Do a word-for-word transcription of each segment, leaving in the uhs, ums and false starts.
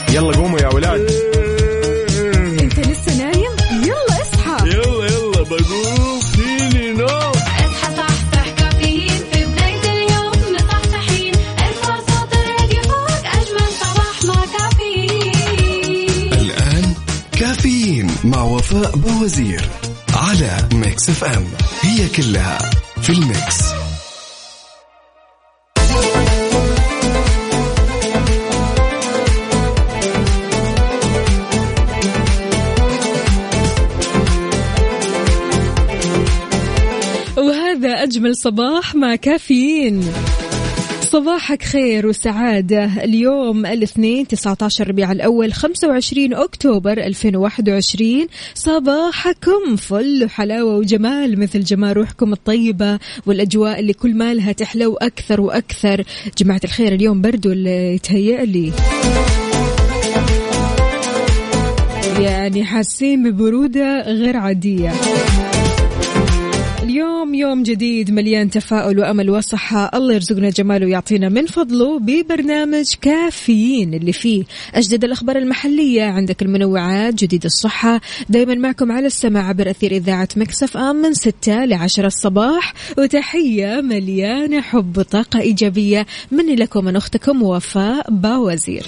يلا قوموا يا ولاد. انت لسه نايم؟ يلا اصحى. يلا يلا بقوم فيني نوم. اصحى صحصح كافيين في بداية اليوم مصحصحين. ارفع صوت الراديو فوق أجمل صباح مع كافيين. الآن كافيين مع وفاء بوزير على ميكس اف ام. هي كلها في الميكس. وهذا أجمل صباح مع كافيين. صباحك خير وسعادة. اليوم الاثنين تسعة عشر ربيع الأول خمسة وعشرين أكتوبر ألفين وواحد وعشرين. صباحكم فل وحلاوة وجمال مثل جمال روحكم الطيبة والأجواء اللي كل مالها تحلو أكثر وأكثر. جماعة الخير اليوم بردوا اللي يتهيأ لي، يعني حاسين ببرودة غير عادية. اليوم يوم جديد مليان تفاؤل وأمل وصحة. الله يرزقنا جماله ويعطينا من فضله ببرنامج كافيين اللي فيه أجدد الأخبار المحلية، عندك المنوعات، جديد الصحة، دايما معكم على السماع عبر أثير إذاعة ميكس اف ام من ستة لعشرة الصباح. وتحية مليانة حب وطاقة إيجابية مني لكم من أختكم وفاء باوزير.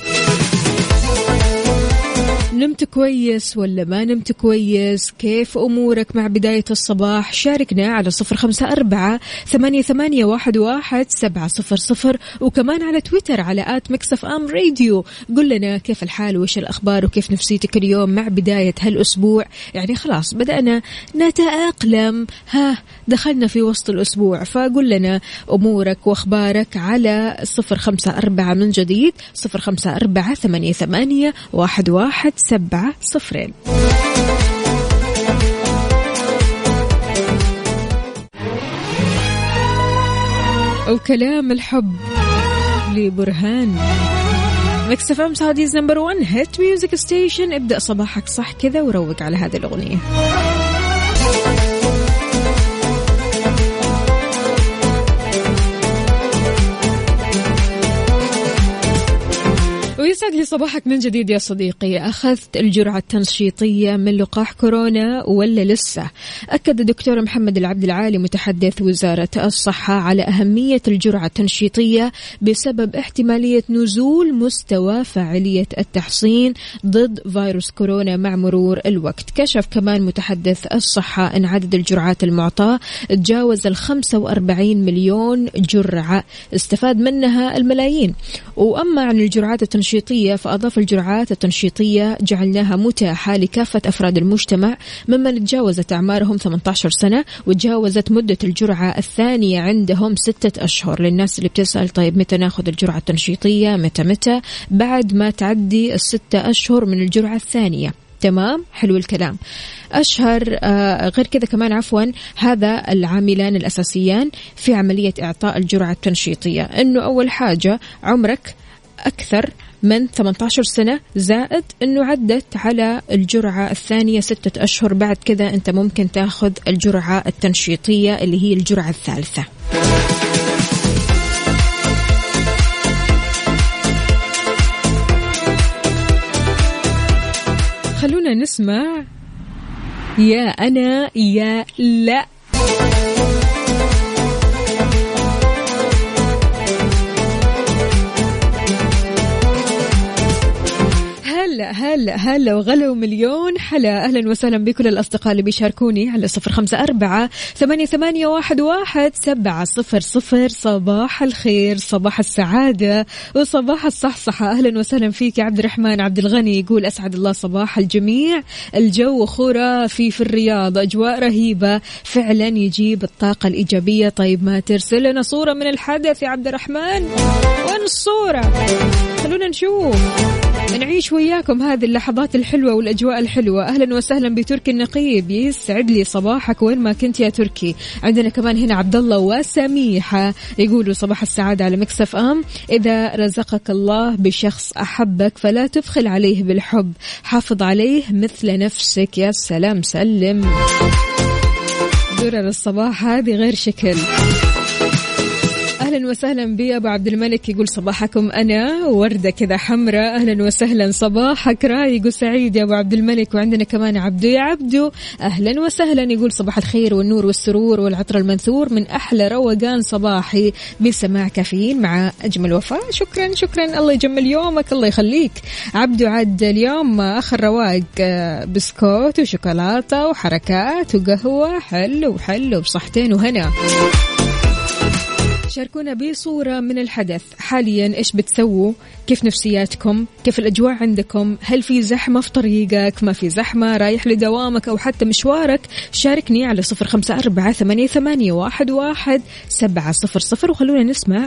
نمت كويس ولا ما نمت كويس؟ كيف أمورك مع بداية الصباح؟ شاركنا على صفر خمسة أربعة ثمانية ثمانية واحد واحد سبعة صفر صفر، وكمان على تويتر على آت ميكس أم راديو. قل لنا كيف الحال وإيش الأخبار وكيف نفسيتك اليوم مع بداية هالأسبوع. يعني خلاص بدأنا نتأقلم، ها دخلنا في وسط الأسبوع، فقل لنا أمورك وأخبارك على صفر خمسة أربعة من جديد صفر خمسة أربعة ثمانية ثمانية واحد واحد سبعة صفرين. وكلام الحب لبرهان. ميكس اف ام سعوديز نمبر ون هيت ميوزك ستيشن. ابدأ صباحك صح كذا وروق على هذه الأغنية. ويسعد لي صباحك من جديد يا صديقي. أخذت الجرعة التنشيطية من لقاح كورونا ولا لسه؟ أكد الدكتور محمد العبد العالي متحدث وزارة الصحة على أهمية الجرعة التنشيطية بسبب احتمالية نزول مستوى فاعلية التحصين ضد فيروس كورونا مع مرور الوقت. كشف كمان متحدث الصحة أن عدد الجرعات المعطاة تجاوز الخمسة وأربعين مليون جرعة، استفاد منها الملايين. وأما عن الجرعات التنشيطية فأضاف الجرعات التنشيطية جعلناها متاحة لكافة أفراد المجتمع ممن تجاوزت أعمارهم ثمانية عشر سنة وتجاوزت مدة الجرعة الثانية عندهم ستة أشهر. للناس اللي بتسأل طيب متى ناخذ الجرعة التنشيطية متى متى بعد ما تعدي الستة أشهر من الجرعة الثانية. تمام، حلو الكلام. أشهر آه غير كذا كمان عفوا هذا العاملان الأساسيان في عملية إعطاء الجرعة التنشيطية، إنه أول حاجة عمرك أكثر من ثمانية عشر سنة، زائد أنه عدت على الجرعة الثانية ستة أشهر. بعد كذا أنت ممكن تأخذ الجرعة التنشيطية اللي هي الجرعة الثالثة. خلونا نسمع يا أنا يا لا. هلا هلا هلا وغلا مليون حلا. أهلا وسهلا بكل الأصدقاء اللي بيشاركوني على صفر خمسة أربعة ثمانية ثمانية واحد واحد سبعة صفر صفر. صباح الخير، صباح السعادة وصباح الصحصحة. أهلا وسهلا فيك يا عبد الرحمن عبد الغني، يقول أسعد الله صباح الجميع. الجو خرافي في الرياض، أجواء رهيبة فعلا يجيب الطاقة الإيجابية. طيب ما ترسل لنا صورة من الحدث يا عبد الرحمن؟ وين الصورة؟ خلونا نشوف نعيش وياكم هذه اللحظات الحلوة والأجواء الحلوة. أهلا وسهلا بتركي النقيب، يسعد لي صباحك وين ما كنت يا تركي. عندنا كمان هنا عبد الله وسميحة يقولوا صباح السعادة على ميكس اف ام. إذا رزقك الله بشخص أحبك فلا تبخل عليه بالحب، حافظ عليه مثل نفسك. يا سلام سلم. درر الصباح هذه غير شكل. أهلا وسهلا بي أبو عبد الملك، يقول صباحكم أنا وردة كذا حمراء. أهلا وسهلا، صباحك رايق وسعيد يا أبو عبد الملك. وعندنا كمان عبدو يا عبدو، أهلا وسهلا، يقول صباح الخير والنور والسرور والعطر المنثور من أحلى روقان صباحي بسماع كافيين مع أجمل وفاء. شكرا شكرا، الله يجمل يومك، الله يخليك عبدو. عد اليوم آخر رواق، بسكوت وشوكولاتة وحركات وقهوة، حلو حلو بصحتين وهنا. شاركونا بصورة من الحدث حاليا، إيش بتسووا؟ كيف نفسياتكم؟ كيف الأجواء عندكم؟ هل في زحمة في طريقك؟ ما في زحمة؟ رايح لدوامك أو حتى مشوارك؟ شاركني على صفر خمسة أربعة ثمانية ثمانية واحد واحد سبعة صفر صفر وخلونا نسمع.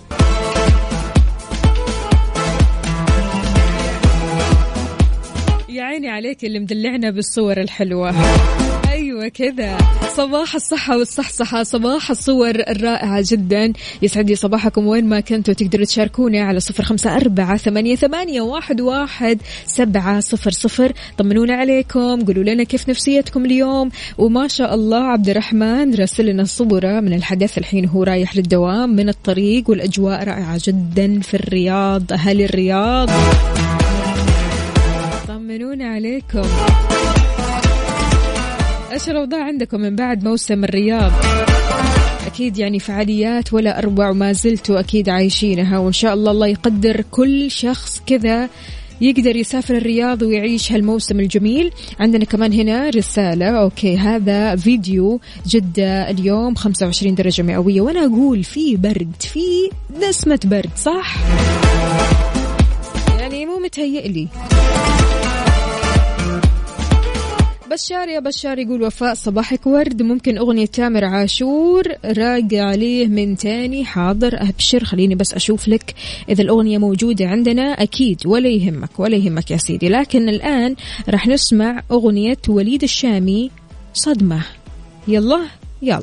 يا عيني عليك اللي مدلعنا بالصور الحلوة. أيوة كذا، صباح الصحة والصحصحة، صباح الصور الرائعة جدا. يسعد لي صباحكم وين ما كنتوا. تقدروا تشاركوني على صفر خمسة أربعة ثمانية ثمانية واحد واحد سبعة صفر صفر. طمنونا عليكم، قولوا لنا كيف نفسيتكم اليوم. وما شاء الله عبد الرحمن راسل لنا صورة من الحدث، الحين هو رايح للدوام من الطريق والأجواء رائعة جدا في الرياض. أهل الرياض طمنونا عليكم، ايش الأوضاع عندكم من بعد موسم الرياض؟ أكيد يعني فعاليات ولا أروع، وما زلتوا أكيد عايشينها، وإن شاء الله الله يقدر كل شخص كذا يقدر يسافر الرياض ويعيش هالموسم الجميل. عندنا كمان هنا رسالة، أوكي هذا فيديو جدة اليوم خمسة وعشرين درجة مئوية، وأنا أقول في برد، في نسمة برد صح؟ يعني مو متهيئ لي. بشار يا بشار يقول وفاء صباحك ورد، ممكن أغنية تامر عاشور راجع عليه من تاني. حاضر أبشر، خليني بس أشوف لك إذا الأغنية موجودة عندنا. أكيد ولا يهمك ولا يهمك يا سيدي. لكن الآن رح نسمع أغنية وليد الشامي صدمة. يلا يلا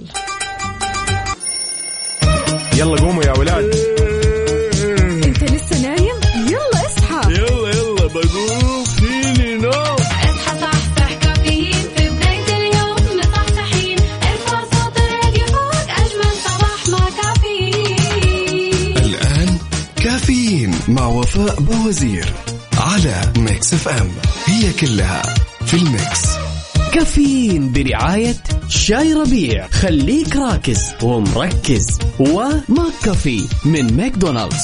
يلا قوموا يا ولاد. أنت لسه نايم؟ يلا اصحى. يلا يلا بقوم فيني نوم. اصحى صحصح كافيين في بداية اليوم مصحصحين، ارفع صوت الراديو فوق أجمل صباح مع كافيين. الآن كافيين مع وفاء بوزير على ميكس اف ام، هي كلها في الميكس. كافيين برعاية شاي ربيع، خليك راكز ومركز، وماك كافي من ماكدونالدز.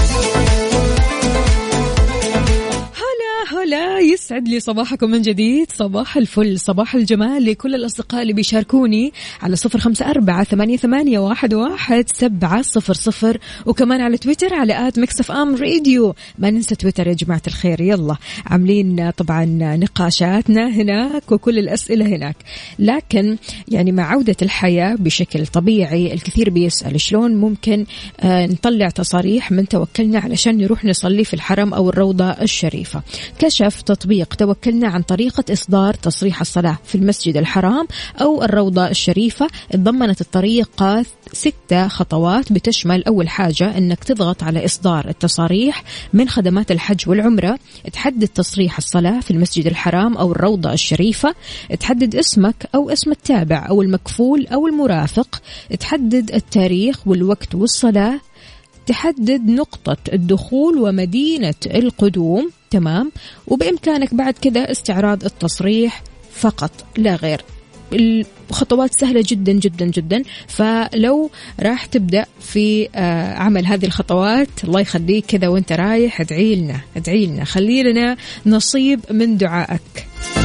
هلا يسعد لي صباحكم من جديد، صباح الفل، صباح الجمال لكل الأصدقاء اللي بيشاركوني على صفر خمسة أربعة ثمانية ثمانية واحد واحد سبعة صفر صفر، وكمان على تويتر على آت ميكس اف ام راديو. ما ننسى تويتر يا جماعة الخير. يلا عاملين طبعا نقاشاتنا هناك وكل الأسئلة هناك. لكن يعني مع عودة الحياة بشكل طبيعي الكثير بيسأل شلون ممكن آه نطلع تصاريح من توكلنا علشان نروح نصلي في الحرم أو الروضة الشريفة. كشف تطبيق توكلنا عن طريقة إصدار تصريح الصلاة في المسجد الحرام أو الروضة الشريفة. اتضمنت الطريقة ستة خطوات، بتشمل أول حاجة أنك تضغط على إصدار التصاريح من خدمات الحج والعمرة، تحدد تصريح الصلاة في المسجد الحرام أو الروضة الشريفة، تحدد اسمك أو اسم التابع أو المكفول أو المرافق، تحدد التاريخ والوقت والصلاة، تحدد نقطة الدخول ومدينة القدوم. تمام، وبإمكانك بعد كده استعراض التصريح فقط لا غير. الخطوات سهلة جدا جدا جدا. فلو راح تبدأ في عمل هذه الخطوات الله يخليك كذا وانت رايح ادعي لنا ادعي لنا، خلي لنا نصيب من دعائك.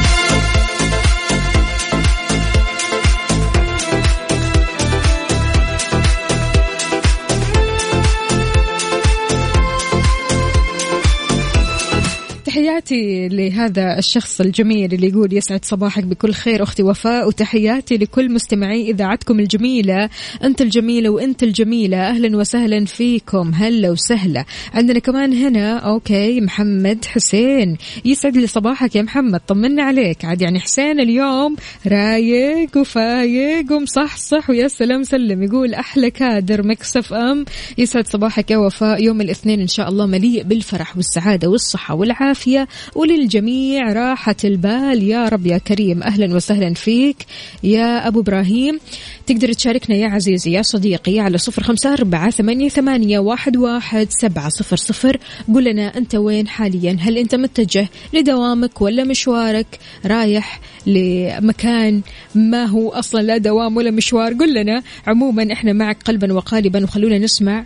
تحياتي لهذا الشخص الجميل اللي يقول يسعد صباحك بكل خير أختي وفاء، وتحياتي لكل مستمعي إذاعتكم الجميلة. أنت الجميلة وأنت الجميلة، أهلا وسهلا فيكم، هلا وسهلا. عندنا كمان هنا أوكي محمد حسين، يسعد لي صباحك يا محمد، طمنا عليك. عاد يعني حسين اليوم رايق وفايق ومصحصح ويا سلام سلم. يقول أحلى كادر ميكس اف ام، يسعد صباحك يا وفاء. يوم الاثنين إن شاء الله مليء بالفرح والسعادة والصحة والعافية النفسية وللجميع راحة البال يا رب يا كريم. أهلا وسهلا فيك يا أبو إبراهيم. تقدر تشاركنا يا عزيزي يا صديقي على صفر خمسة أربعة ثمانية ثمانية واحد واحد سبعة صفر صفر. قل لنا أنت وين حاليا، هل أنت متجه لدوامك ولا مشوارك رايح لمكان ما هو أصلا لا دوام ولا مشوار؟ قل لنا. عموما إحنا معك قلبا وقالبا، وخلونا نسمع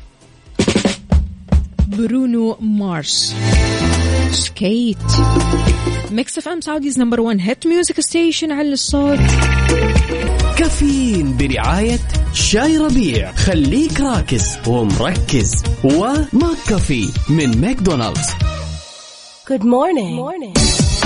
برونو مارس سكيت. ميكس اف ام سعوديز نمبر ون هيت ميوزك ستيشن على الصوت. كافيين برعاية شاي ربيع، خليك راكز ومركز، وماك كافي من ماكدونالدز. Good morning. Good morning.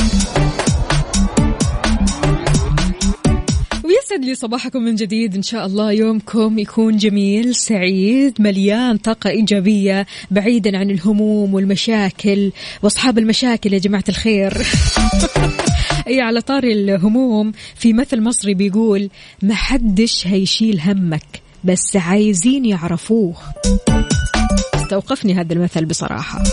ويسعد لي صباحكم من جديد. إن شاء الله يومكم يكون جميل سعيد مليان طاقة إيجابية بعيدا عن الهموم والمشاكل وأصحاب المشاكل يا جماعة الخير. أي على طاري الهموم، في مثل مصري بيقول ما حدش هيشيل همك بس عايزين يعرفوه. استوقفني هذا المثل بصراحة.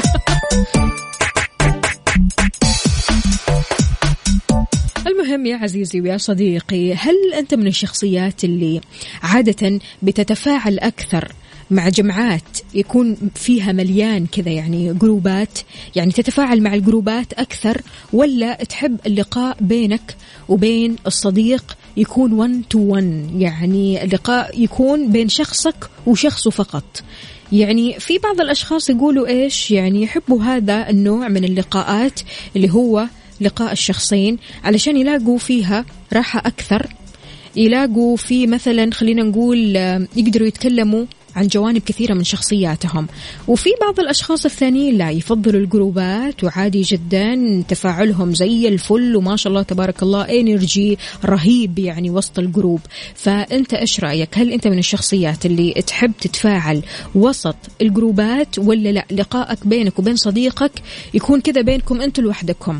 المهم يا عزيزي ويا صديقي، هل أنت من الشخصيات اللي عادة بتتفاعل أكثر مع جمعات يكون فيها مليان كذا يعني جروبات، يعني تتفاعل مع الجروبات أكثر، ولا تحب اللقاء بينك وبين الصديق يكون one to one، يعني اللقاء يكون بين شخصك وشخصه فقط؟ يعني في بعض الأشخاص يقولوا إيش، يعني يحبوا هذا النوع من اللقاءات اللي هو لقاء الشخصين علشان يلاقوا فيها راحة أكثر، يلاقوا في مثلا خلينا نقول يقدروا يتكلموا عن جوانب كثيرة من شخصياتهم. وفي بعض الأشخاص الثانيين لا، يفضلوا الجروبات وعادي جدا تفاعلهم زي الفل وما شاء الله تبارك الله انرجي رهيب يعني وسط الجروب. فأنت إيش رأيك؟ هل أنت من الشخصيات اللي تحب تتفاعل وسط الجروبات، ولا لا لقائك بينك وبين صديقك يكون كذا بينكم أنتوا لوحدكم؟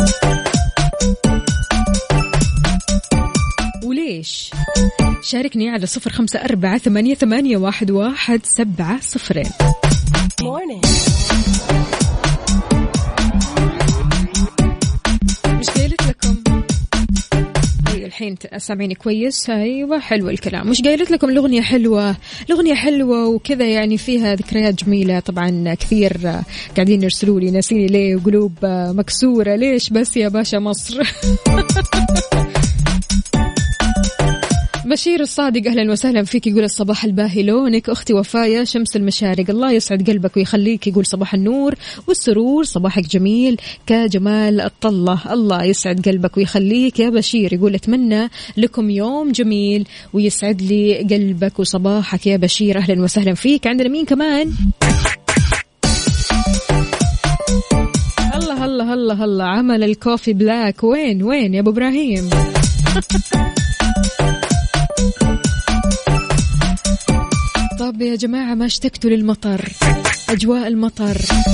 وليش؟ شاركني على صفر خمسة أربعة ثمانية ثمانية واحد واحد سبعة صفرين. مش قايلت لكم؟ أي الحين سامعيني كويس؟ أيوة حلو الكلام. مش قايلت لكم الأغنية حلوة، الأغنية حلوة وكذا يعني فيها ذكريات جميلة. طبعا كثير قاعدين يرسلوا لي ناسيني ليه وقلوب مكسورة، ليش بس يا باشا مصر؟ بشير الصادق أهلا وسهلا فيك، يقول الصباح الباهي لونك أختي وفايا شمس المشارق، الله يسعد قلبك ويخليك. يقول صباح النور والسرور، صباحك جميل كجمال الطلة، الله يسعد قلبك ويخليك يا بشير. يقول أتمنى لكم يوم جميل ويسعد لي قلبك وصباحك يا بشير، أهلا وسهلا فيك. عندنا مين كمان؟ الله الله الله الله عمل الكوفي بلاك، وين وين يا أبو إبراهيم؟ طب يا جماعة ما اشتقتوا للمطر، أجواء المطر؟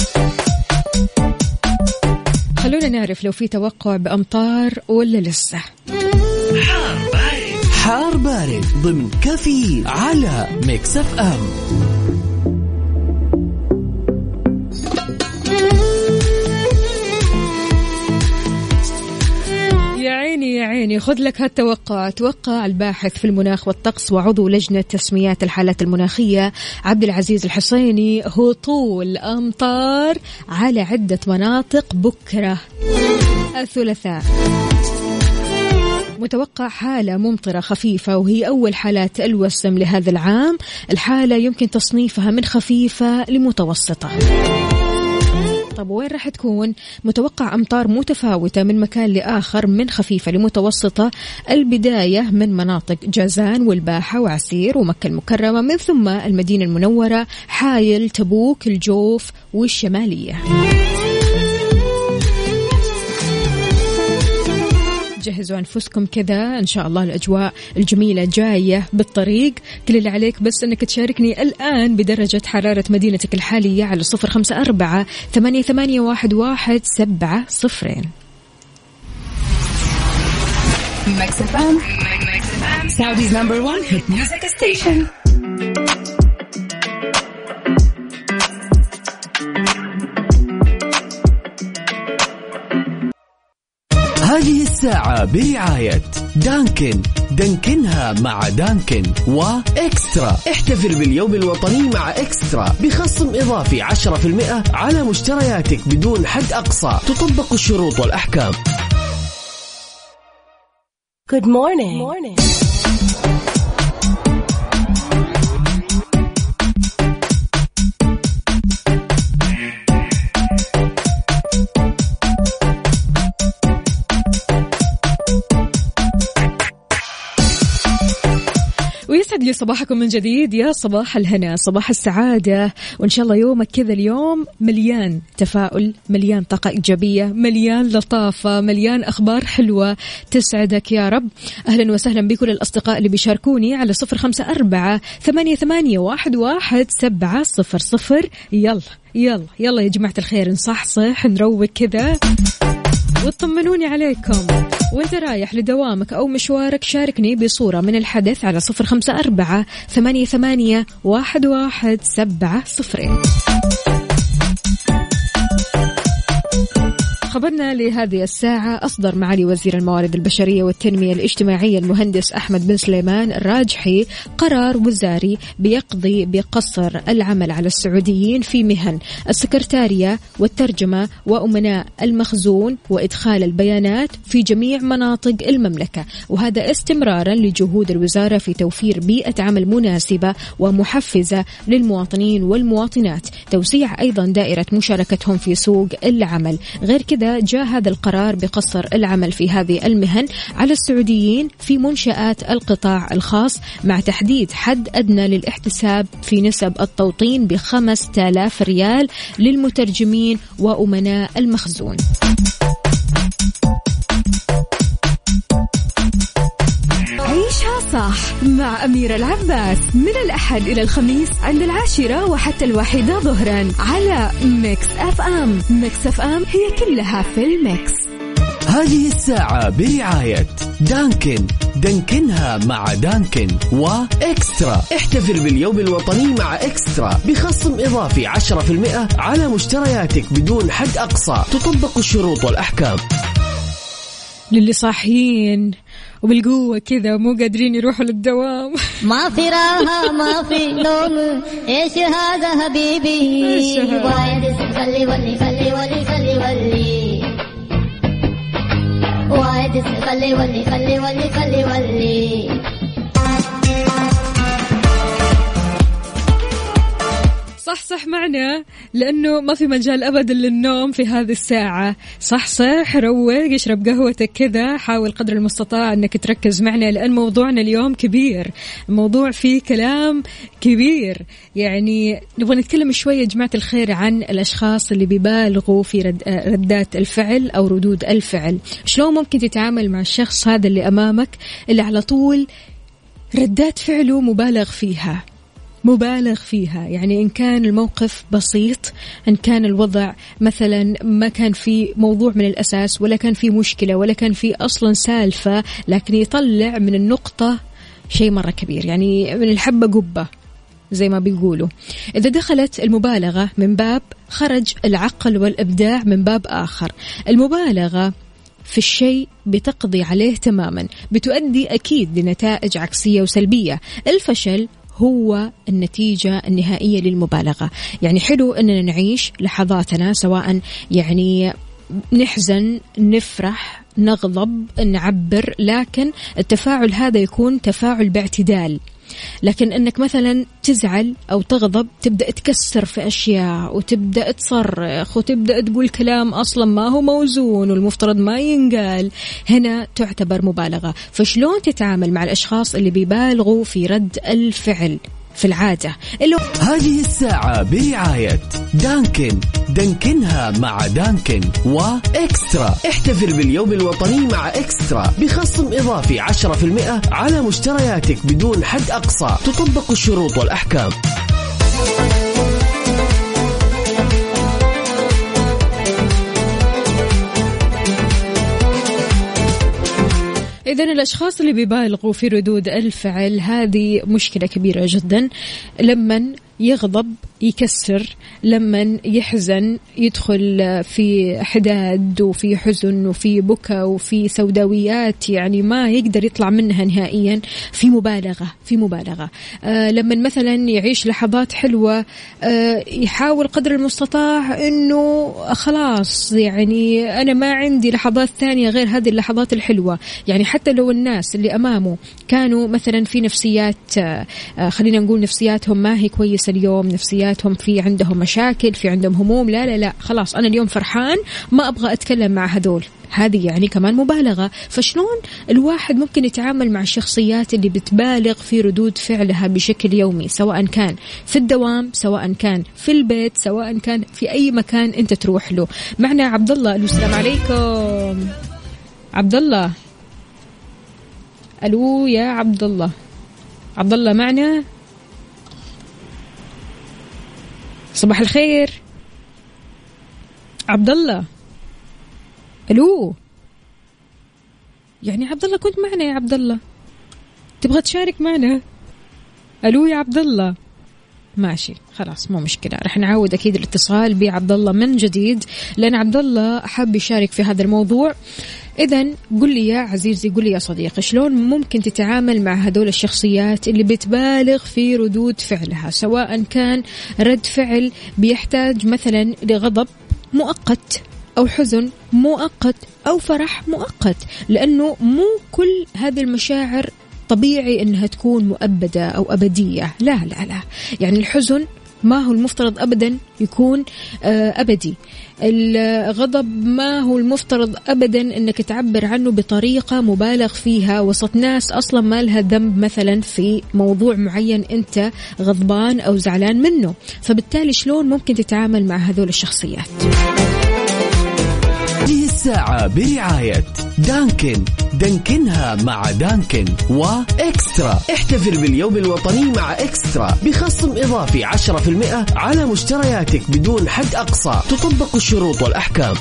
خلونا نعرف لو في توقع بأمطار ولا لسه. حار بارد، حار بارد ضمن كافيين على ميكس اف ام. يا عيني يا عيني، خذ لك هالتوقع. توقع الباحث في المناخ والطقس وعضو لجنة تسميات الحالات المناخية عبد العزيز الحصيني هطول أمطار على عدة مناطق بكرة الثلاثاء. متوقع حالة ممطرة خفيفة، وهي أول حالات الوسم لهذا العام. الحالة يمكن تصنيفها من خفيفة لمتوسطة. طب وين راح تكون؟ متوقع أمطار متفاوتة من مكان لآخر من خفيفة لمتوسطة. البداية من مناطق جازان والباحة وعسير ومكة المكرمة، من ثم المدينة المنورة، حايل، تبوك، الجوف والشمالية. جهزوا أنفسكم كذا، إن شاء الله الأجواء الجميلة جاية بالطريق. كل اللي عليك بس أنك تشاركني الآن بدرجة حرارة مدينتك الحالية على صفر خمسة أربعة ثمانية ثمانية واحد واحد سبعة صفرين. Mix إف إم, Saudi's number one hit music station. هذه الساعة برعاية دانكن، دانكنها مع دانكن، وإكسترا. احتفل باليوم الوطني مع إكسترا بخصم إضافي عشرة بالمئة على مشترياتك بدون حد أقصى. تطبق الشروط والأحكام. Good morning. Good morning. ويسعد لي صباحكم من جديد، يا صباح الهنا، صباح السعادة، وإن شاء الله يومك كذا اليوم مليان تفاؤل، مليان طاقة إيجابية، مليان لطافة، مليان أخبار حلوة تسعدك يا رب. أهلا وسهلا بكل الأصدقاء اللي بيشاركوني على صفر خمسة أربعة ثمانية ثمانية واحد واحد سبعة صفر صفر. يلا يلا يلا يا جماعة الخير، نصحصح نروق كذا وتطمنوني عليكم وانت رايح لدوامك أو مشوارك. شاركني بصورة من الحدث على صفر خمسة أربعة ثمانية ثمانية واحد واحد سبعة صفرين. خبرنا لهذه الساعة: أصدر معالي وزير الموارد البشرية والتنمية الاجتماعية المهندس أحمد بن سليمان الراجحي قرار وزاري بيقضي بقصر العمل على السعوديين في مهن السكرتارية والترجمة وأمناء المخزون وإدخال البيانات في جميع مناطق المملكة، وهذا استمرارا لجهود الوزارة في توفير بيئة عمل مناسبة ومحفزة للمواطنين والمواطنات، توسيع أيضا دائرة مشاركتهم في سوق العمل. غير كذا جاء هذا القرار بقصر العمل في هذه المهن على السعوديين في منشآت القطاع الخاص، مع تحديد حد أدنى للاحتساب في نسب التوطين بخمسة آلاف ريال للمترجمين وأمناء المخزون. عيشها صح مع أميرة العباس من الأحد إلى الخميس عند العاشرة وحتى الواحدة ظهرا على ميكس أف أم. ميكس أف أم هي كلها في الميكس. هذه الساعة برعاية دانكن، دانكنها مع دانكن، وإكسترا. احتفل باليوم الوطني مع إكسترا بخصم إضافي عشرة بالمئة على مشترياتك بدون حد أقصى. تطبق الشروط والأحكام. للي صاحيين وبالقوة كذا مو قادرين يروحوا للدوام، ما في راحة ما في نوم، إيش هذا حبيبي، وايد خلي ولي خلي ولي خلي ولي، وايد خلي ولي خلي ولي خلي ولي. صح صح معنا، لأنه ما في مجال أبدا للنوم في هذه الساعة. صح صح روق، اشرب قهوتك كذا، حاول قدر المستطاع أنك تركز معنا، لأن موضوعنا اليوم كبير، الموضوع فيه كلام كبير. يعني نبغى نتكلم شوية يا جماعة الخير عن الأشخاص اللي بيبالغوا في رد ردات الفعل أو ردود الفعل. شلون ممكن تتعامل مع الشخص هذا اللي أمامك اللي على طول ردات فعله مبالغ فيها مبالغ فيها يعني إن كان الموقف بسيط، إن كان الوضع مثلا ما كان في موضوع من الأساس ولا كان في مشكلة ولا كان في أصلا سالفة، لكن يطلع من النقطة شيء مرة كبير، يعني من الحبة قبة زي ما بيقولوا. إذا دخلت المبالغة من باب، خرج العقل والإبداع من باب آخر. المبالغة في الشيء بتقضي عليه تماما، بتؤدي أكيد لنتائج عكسية وسلبية. الفشل هو النتيجة النهائية للمبالغة. يعني حلو أننا نعيش لحظاتنا، سواء يعني نحزن، نفرح، نغضب، نعبر، لكن التفاعل هذا يكون تفاعل باعتدال. لكن أنك مثلا تزعل أو تغضب تبدأ تكسر في أشياء وتبدأ تصرخ وتبدأ تقول كلام أصلا ما هو موزون والمفترض ما ينقال، هنا تعتبر مبالغة. فشلون تتعامل مع الأشخاص اللي بيبالغوا في رد الفعل في العادة؟ اللي... هذه الساعة برعاية دانكن، دانكنها مع دانكن، وإكسترا. احتفل باليوم الوطني مع إكسترا بخصم إضافي عشرة بالمئة على مشترياتك بدون حد أقصى. تطبق الشروط والأحكام. إذن الأشخاص اللي بيبالغوا في ردود الفعل هذه مشكلة كبيرة جدا. لمن يغضب يكسر، لما يحزن يدخل في حداد وفي حزن وفي بكى وفي سوداويات يعني ما يقدر يطلع منها نهائيا، في مبالغة في مبالغة. آه لما مثلا يعيش لحظات حلوة آه يحاول قدر المستطاع انه خلاص يعني انا ما عندي لحظات ثانية غير هذه اللحظات الحلوة. يعني حتى لو الناس اللي امامه كانوا مثلا في نفسيات آه خلينا نقول نفسياتهم ما هي كويسة اليوم، نفسياتهم في عندهم مشاكل، في عندهم هموم، لا لا لا خلاص أنا اليوم فرحان ما أبغى أتكلم مع هذول، هذه يعني كمان مبالغة. فشلون الواحد ممكن يتعامل مع الشخصيات اللي بتبالغ في ردود فعلها بشكل يومي، سواء كان في الدوام، سواء كان في البيت، سواء كان في أي مكان أنت تروح له. معنا عبد الله. السلام عليكم عبد الله. ألو يا عبد الله. عبد الله معنا؟ صباح الخير عبد الله. الو يعني عبد الله كنت معنا يا عبد الله، تبغى تشارك معنا؟ الو يا عبد الله. ماشي خلاص مو مشكلة، رح نعود أكيد الاتصال بعبد الله من جديد لأن عبد الله حاب يشارك في هذا الموضوع. إذن قل لي يا عزيزي، قل لي يا صديقي، شلون ممكن تتعامل مع هذول الشخصيات اللي بتبالغ في ردود فعلها، سواء كان رد فعل بيحتاج مثلا لغضب مؤقت أو حزن مؤقت أو فرح مؤقت، لأنه مو كل هذه المشاعر طبيعي أنها تكون مؤبدة أو أبدية، لا لا لا. يعني الحزن ما هو المفترض أبدا يكون أبدي، الغضب ما هو المفترض أبدا أنك تعبر عنه بطريقة مبالغ فيها وسط ناس أصلا ما لها ذنب مثلا في موضوع معين أنت غضبان أو زعلان منه. فبالتالي شلون ممكن تتعامل مع هذول الشخصيات؟ هذه الساعة برعاية دانكن، دانكنها مع دانكن، وإكسترا، احتفل باليوم الوطني مع إكسترا بخصم إضافي عشرة بالمئة على مشترياتك بدون حد أقصى، تطبق الشروط والأحكام.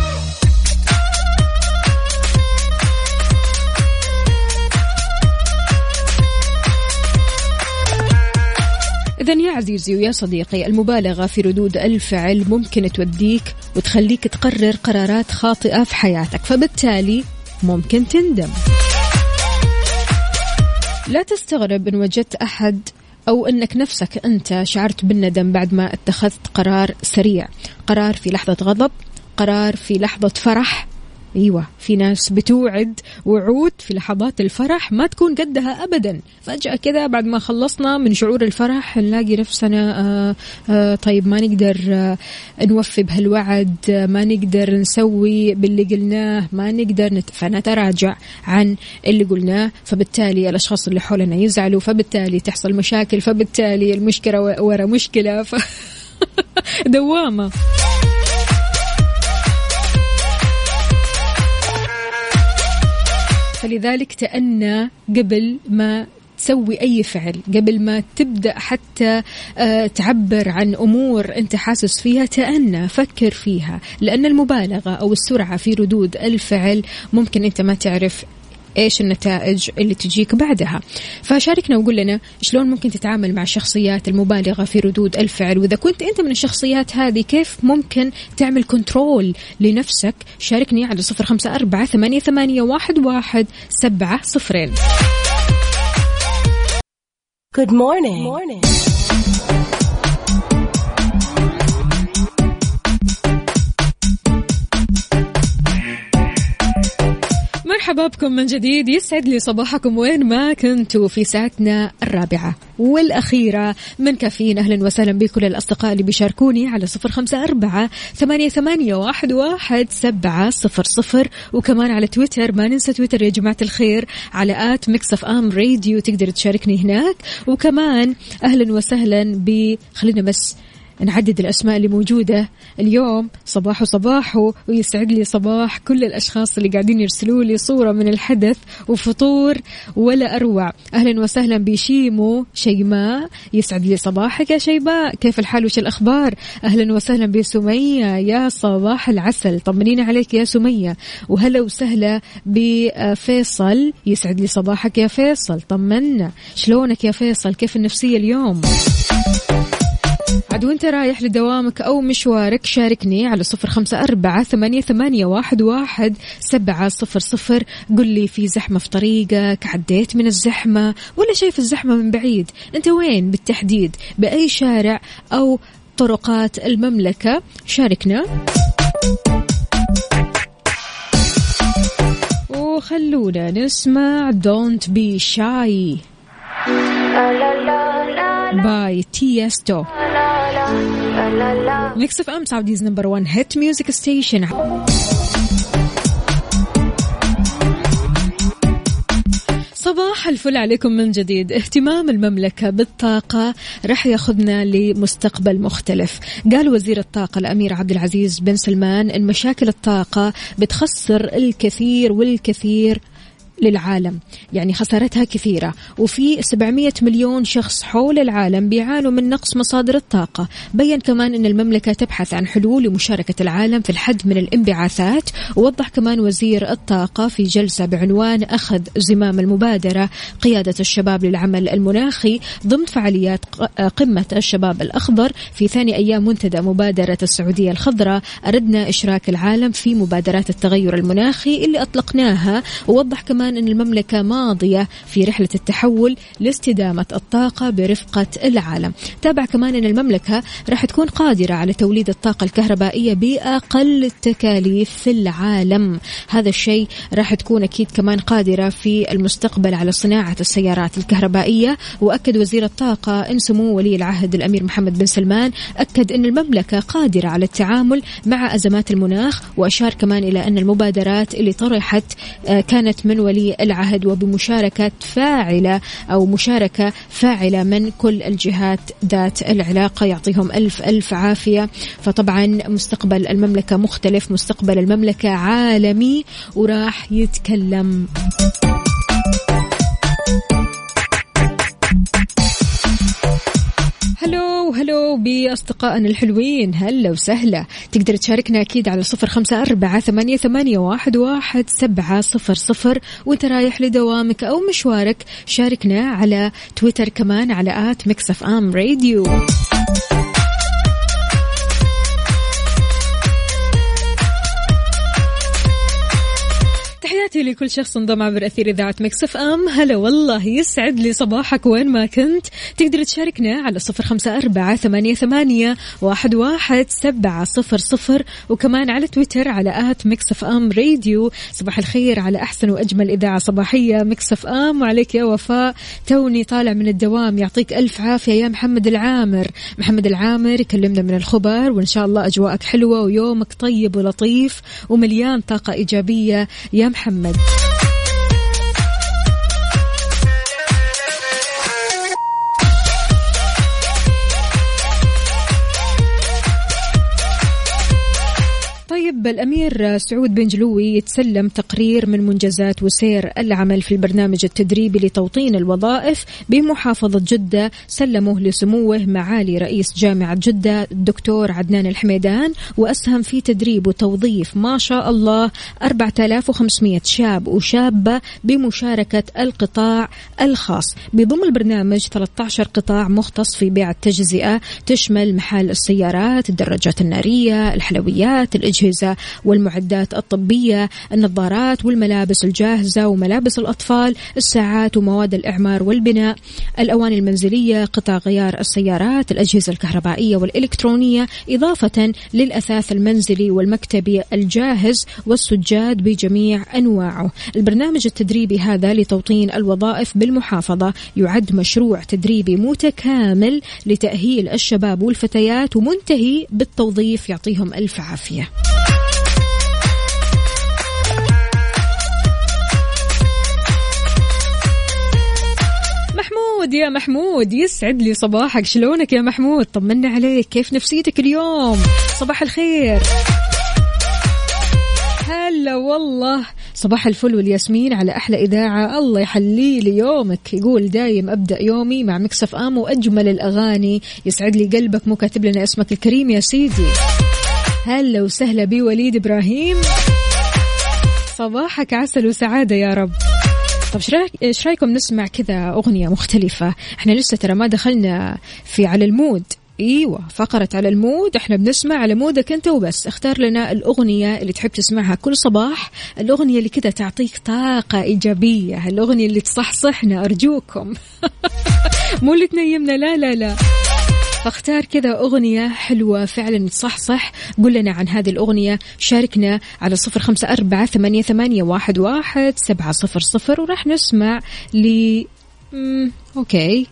إذن يا عزيزي ويا صديقي، المبالغة في ردود الفعل ممكن توديك وتخليك تقرر قرارات خاطئة في حياتك، فبالتالي ممكن تندم. لا تستغرب إن وجدت أحد أو أنك نفسك أنت شعرت بالندم بعد ما اتخذت قرار سريع، قرار في لحظة غضب، قرار في لحظة فرح. أيوة، في ناس بتوعد وعود في لحظات الفرح ما تكون قدها أبدا، فجأة كذا بعد ما خلصنا من شعور الفرح نلاقي نفسنا آآ آآ طيب ما نقدر نوفي بهالوعد، ما نقدر نسوي باللي قلناه، ما نقدر نت... فنتراجع عن اللي قلناه، فبالتالي الأشخاص اللي حولنا يزعلوا، فبالتالي تحصل مشاكل، فبالتالي المشكلة ورا مشكلة ف... دوامة. فلذلك تأنى قبل ما تسوي أي فعل، قبل ما تبدأ حتى تعبر عن أمور أنت حاسس فيها، تأنى فكر فيها، لأن المبالغة أو السرعة في ردود الفعل ممكن أنت ما تعرف إيش النتائج اللي تجيك بعدها. فشاركنا وقول لنا شلون ممكن تتعامل مع الشخصيات المبالغة في ردود الفعل، وإذا كنت أنت من الشخصيات هذه كيف ممكن تعمل كنترول لنفسك. شاركني على صفر خمسة أربعة ثمانية ثمانية واحد واحد سبعة صفرين. Good morning. Good morning. مرحبا بكم من جديد، يسعد لي صباحكم وين ما كنتوا في ساعتنا الرابعة والأخيرة من كافيين. أهلا وسهلا بكل الأصدقاء اللي بيشاركوني على صفر خمسة أربعة ثمانية ثمانية واحد واحد سبعة صفر صفر، وكمان على تويتر، ما ننسى تويتر يا جماعة الخير على آت ميكس أف أم راديو، تقدر تشاركني هناك. وكمان أهلا وسهلا ب خلينا بس نعدد الأسماء اللي موجودة اليوم. صباحو صباحو، ويسعد لي صباح كل الأشخاص اللي قاعدين يرسلوا لي صورة من الحدث وفطور ولا أروع. أهلا وسهلا بشيمو شيماء، يسعد لي صباحك يا شيماء، كيف الحال وش الأخبار؟ أهلا وسهلا بسمية، يا صباح العسل، طمنين عليك يا سمية. وهلا وسهلا بفيصل، يسعد لي صباحك يا فيصل، طمنا، شلونك يا فيصل، كيف النفسية اليوم؟ عاد وانت رايح لدوامك أو مشوارك شاركني على صفر خمسة أربعة ثمانية ثمانية واحد واحد سبعة صفر صفر. قل لي في زحمة في طريقك، عديت من الزحمة ولا شايف الزحمة من بعيد؟ انت وين بالتحديد؟ بأي شارع أو طرقات المملكة؟ شاركنا وخلونا نسمع Don't Be Shy باي تيستو. ميكس اف ام سعوديز نمبر وان هيت ميوزك ستيشن. صباح الفل عليكم من جديد. اهتمام المملكة بالطاقة رح ياخذنا لمستقبل مختلف. قال وزير الطاقة الأمير عبد العزيز بن سلمان إن مشاكل الطاقة بتخسر الكثير والكثير للعالم، يعني خسارتها كثيرة، وفي سبعمية مليون شخص حول العالم بيعانوا من نقص مصادر الطاقة. بيّن كمان أن المملكة تبحث عن حلول لمشاركة العالم في الحد من الانبعاثات. ووضح كمان وزير الطاقة في جلسة بعنوان أخذ زمام المبادرة قيادة الشباب للعمل المناخي ضمن فعاليات قمة الشباب الأخضر في ثاني أيام منتدى مبادرة السعودية الخضراء، أردنا إشراك العالم في مبادرات التغير المناخي اللي أطلقناها. ووضح كمان أن المملكة ماضية في رحلة التحول لاستدامة الطاقة برفقة العالم. تابع كمان أن المملكة راح تكون قادرة على توليد الطاقة الكهربائية بأقل التكاليف في العالم. هذا الشيء راح تكون أكيد كمان قادرة في المستقبل على صناعة السيارات الكهربائية. وأكد وزير الطاقة أن سمو ولي العهد الأمير محمد بن سلمان أكد أن المملكة قادرة على التعامل مع أزمات المناخ. وأشار كمان إلى أن المبادرات اللي طرحت كانت من ولي العهد وبمشاركة فاعلة أو مشاركة فاعلة من كل الجهات ذات العلاقة. يعطيهم ألف ألف عافية. فطبعا مستقبل المملكة مختلف، مستقبل المملكة عالمي وراح يتكلم. هلو هلو بأصدقائنا الحلوين، هلا وسهلا. تقدر تشاركنا أكيد على صفر خمسة أربعة ثمانية ثمانية واحد واحد سبعة صفر صفر وانت رايح لدوامك أو مشوارك. شاركنا على تويتر كمان على آت ميكس اف ام راديو. تحياتي لكل شخص انضم عبر أثير إذاعة ميكس اف ام. هلا والله، يسعد لي صباحك وين ما كنت. تقدر تشاركنا على صفر خمسة أربعة ثمانية ثمانية واحد واحد سبعة صفر صفر وكمان على تويتر على آت ميكس اف ام راديو. صباح الخير على أحسن وأجمل إذاعة صباحية ميكس اف ام. وعليك يا وفاء، توني طالع من الدوام، يعطيك ألف عافية يا محمد العامر. محمد العامر يكلمنا من الخبر، وإن شاء الله أجواءك حلوة ويومك طيب ولطيف ومليان طاقة إيجابية يا محمد. طيب، الأمير سعود بن جلوي يتسلم تقرير من منجزات وسير العمل في البرنامج التدريبي لتوطين الوظائف بمحافظة جدة، سلمه لسموه معالي رئيس جامعة جدة الدكتور عدنان الحميدان، وأسهم في تدريب وتوظيف ما شاء الله أربعة آلاف وخمسمائة شاب وشابة بمشاركة القطاع الخاص. بضم البرنامج ثلاثة عشر قطاع مختص في بيع التجزئة، تشمل محل السيارات، الدراجات النارية، الحلويات، الأجهزة والمعدات الطبية، النظارات والملابس الجاهزة وملابس الأطفال، الساعات ومواد الإعمار والبناء، الأواني المنزلية، قطع غيار السيارات، الأجهزة الكهربائية والإلكترونية، إضافة للأثاث المنزلي والمكتبي الجاهز والسجاد بجميع أنواعه. البرنامج التدريبي هذا لتوطين الوظائف بالمحافظة يعد مشروع تدريبي متكامل لتأهيل الشباب والفتيات ومنتهي بالتوظيف. يعطيهم ألف عافية. محمود يا محمود، يسعد لي صباحك. شلونك يا محمود؟ طمنا عليك، كيف نفسيتك اليوم؟ صباح الخير. هلا والله، صباح الفل والياسمين على أحلى إذاعة. الله يحلي لي يومك. يقول دايم أبدأ يومي مع ميكس اف ام وأجمل الأغاني. يسعد لي قلبك، مو كاتب لنا اسمك الكريم يا سيدي. هلا وسهلا بي وليد إبراهيم، صباحك عسل وسعادة يا رب. طب ايش رايكم نسمع كذا أغنية مختلفة؟ احنا لسه ترى ما دخلنا في على المود، ايوه فقرة على المود، احنا بنسمع على مودك انت وبس. اختار لنا الاغنية اللي تحب تسمعها كل صباح، الاغنية اللي كده تعطيك طاقة ايجابية، الاغنية اللي تصحصحنا ارجوكم. مو اللي تنيمنا، لا لا لا. فاختار كذا أغنية حلوة فعلا تصحصح، قل لنا عن هذه الأغنية، شاركنا على صفر خمسة أربعة ثمانية ثمانية واحد واحد سبعة صفر صفر وراح نسمع ل مم... أوكي.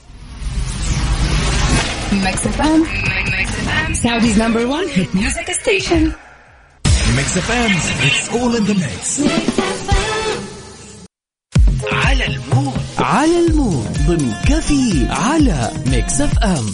Mix إف إم, Saudi's number one hit music station. Mix إف إم, it's all in the mix. على المود على المود ضمن كافيين على ميكس إف إم.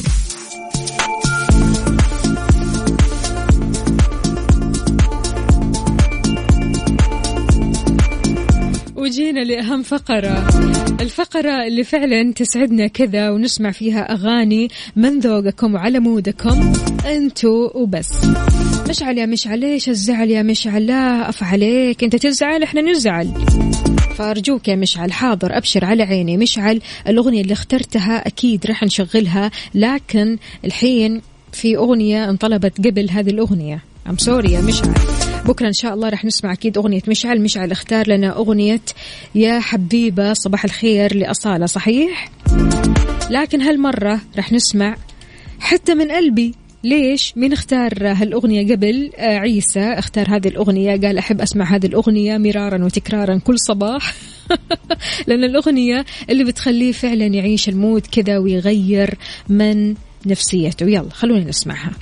وجينا لأهم فقرة، الفقرة اللي فعلا تسعدنا كذا ونسمع فيها أغاني من ذوقكم وعلى مودكم أنتوا وبس. مشعل يا مشعل، ليش الزعل يا مشعل؟ لا أف عليك، أنت تزعل إحنا نزعل، فأرجوك يا مشعل. حاضر أبشر على عيني. مشعل الأغنية اللي اخترتها أكيد رح نشغلها، لكن الحين في أغنية انطلبت قبل هذه الأغنية. I'm sorry يا مشعل، بكرة إن شاء الله رح نسمع أكيد أغنية مشعل. مشعل اختار لنا أغنية يا حبيبة صباح الخير لأصالة، صحيح؟ لكن هالمرة رح نسمع حتى من قلبي. ليش؟ مين اختار هالأغنية قبل؟ آه عيسى اختار هذه الأغنية، قال أحب أسمع هذه الأغنية مرارا وتكرارا كل صباح. لأن الأغنية اللي بتخليه فعلا يعيش المود كذا ويغير من نفسيته. يلا خلونا نسمعها.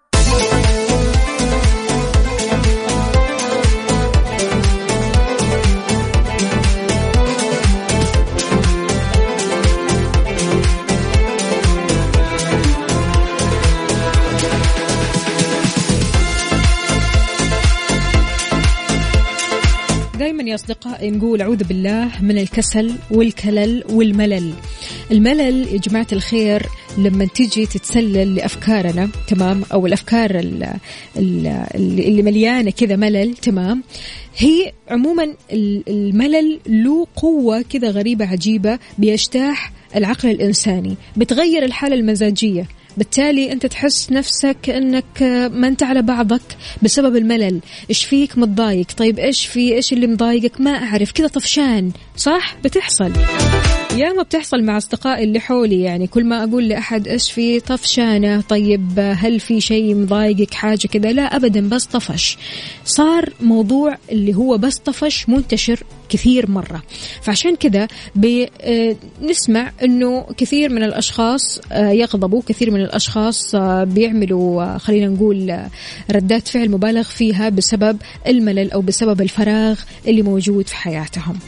دايما يا أصدقائي نقول أعوذ بالله من الكسل والكلل والملل. الملل يا جماعة الخير لما تيجي تتسلل لأفكارنا، تمام، أو الأفكار اللي مليانة كذا ملل، تمام، هي عموما الملل له قوة كذا غريبة عجيبة بيجتاح العقل الإنساني، بتغير الحالة المزاجية، بالتالي أنت تحس نفسك أنك ما أنت على بعضك بسبب الملل. إيش فيك متضايق؟ طيب إيش في إيش اللي مضايقك؟ ما أعرف، كذا طفشان، صح؟ بتحصل يا ما بتحصل مع أصدقائي اللي حولي، يعني كل ما أقول لأحد إيش في طفشانة، طيب هل في شيء مضايقك حاجة كذا؟ لا أبدا، بس طفش. صار موضوع اللي هو بس طفش منتشر كثير مرة، فعشان كذا بنسمع أنه كثير من الأشخاص يغضبوا، كثير من الأشخاص بيعملوا خلينا نقول ردات فعل مبالغ فيها بسبب الملل أو بسبب الفراغ اللي موجود في حياتهم.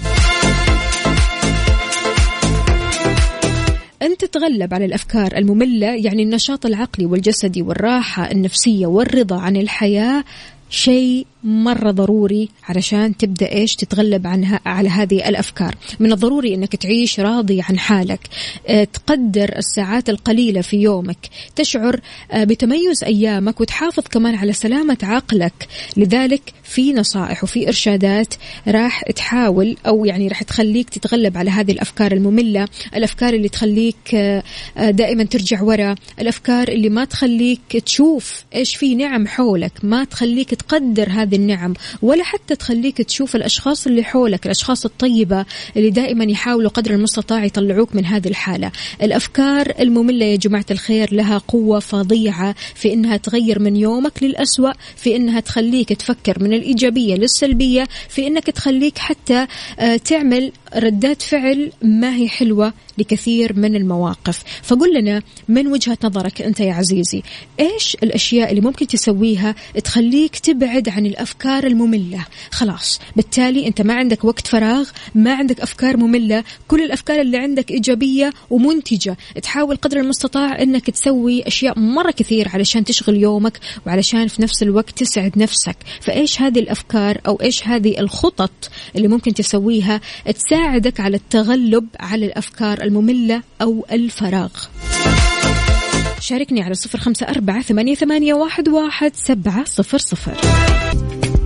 أن تتغلب على الأفكار المملة، يعني النشاط العقلي والجسدي والراحة النفسية والرضا عن الحياة شيء مرة ضروري علشان تبدأ إيش تتغلب عنها على هذه الأفكار. من الضروري أنك تعيش راضي عن حالك، تقدر الساعات القليلة في يومك، تشعر بتميز أيامك، وتحافظ كمان على سلامة عقلك. لذلك في نصائح وفي إرشادات راح تحاول أو يعني راح تخليك تتغلب على هذه الأفكار المملة، الأفكار اللي تخليك دائما ترجع ورا، الأفكار اللي ما تخليك تشوف إيش في نعم حولك، ما تخليك تقدر هذه النعم، ولا حتى تخليك تشوف الأشخاص اللي حولك، الأشخاص الطيبة اللي دائما يحاولوا قدر المستطاع يطلعوك من هذه الحالة. الأفكار المملة يا جماعة الخير لها قوة فظيعة في إنها تغير من يومك للأسوأ، في إنها تخليك تفكر من الإيجابية للسلبية، في إنك تخليك حتى تعمل ردات فعل ما هي حلوة لكثير من المواقف. فقل لنا من وجهة نظرك أنت يا عزيزي، إيش الأشياء اللي ممكن تسويها تخليك تبعد عن الأفكار المملة؟ خلاص بالتالي أنت ما عندك وقت فراغ، ما عندك أفكار مملة، كل الأفكار اللي عندك إيجابية ومنتجة. تحاول قدر المستطاع أنك تسوي أشياء مرة كثير علشان تشغل يومك وعلشان في نفس الوقت تسعد نفسك. فإيش هذه الأفكار أو إيش هذه الخطط اللي ممكن تسويها تساعدك على التغلب على الأفكار المملة أو الفراغ؟ شاركني على صفر خمسة أربعة ثمانية ثمانية واحد واحد سبعة صفر صفر.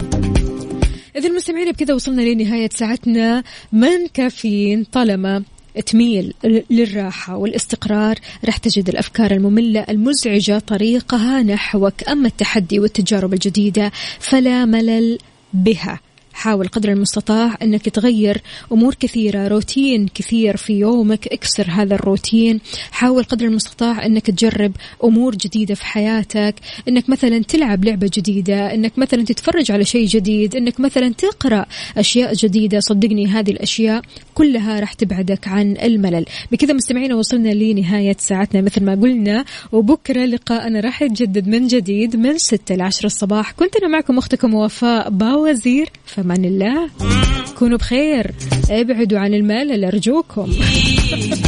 إذا المستمعين بكذا وصلنا لنهاية ساعتنا من كافيين. طالما تميل للراحة والاستقرار راح تجد الأفكار المملة المزعجة طريقها نحوك. أما التحدي والتجارب الجديدة فلا ملل بها. حاول قدر المستطاع أنك تغير أمور كثيرة، روتين كثير في يومك اكسر هذا الروتين. حاول قدر المستطاع أنك تجرب أمور جديدة في حياتك، أنك مثلا تلعب لعبة جديدة، أنك مثلا تتفرج على شيء جديد، أنك مثلا تقرأ أشياء جديدة. صدقني هذه الأشياء كلها راح تبعدك عن الملل. بكذا مستمعينا وصلنا لنهاية ساعتنا مثل ما قلنا، وبكرة لقاءنا راح يتجدد من جديد من ستة لعشرة الصباح. كنت أنا معكم أختكم وفاء باوزير، فمان الله، كونوا بخير، ابعدوا عن الملل أرجوكم.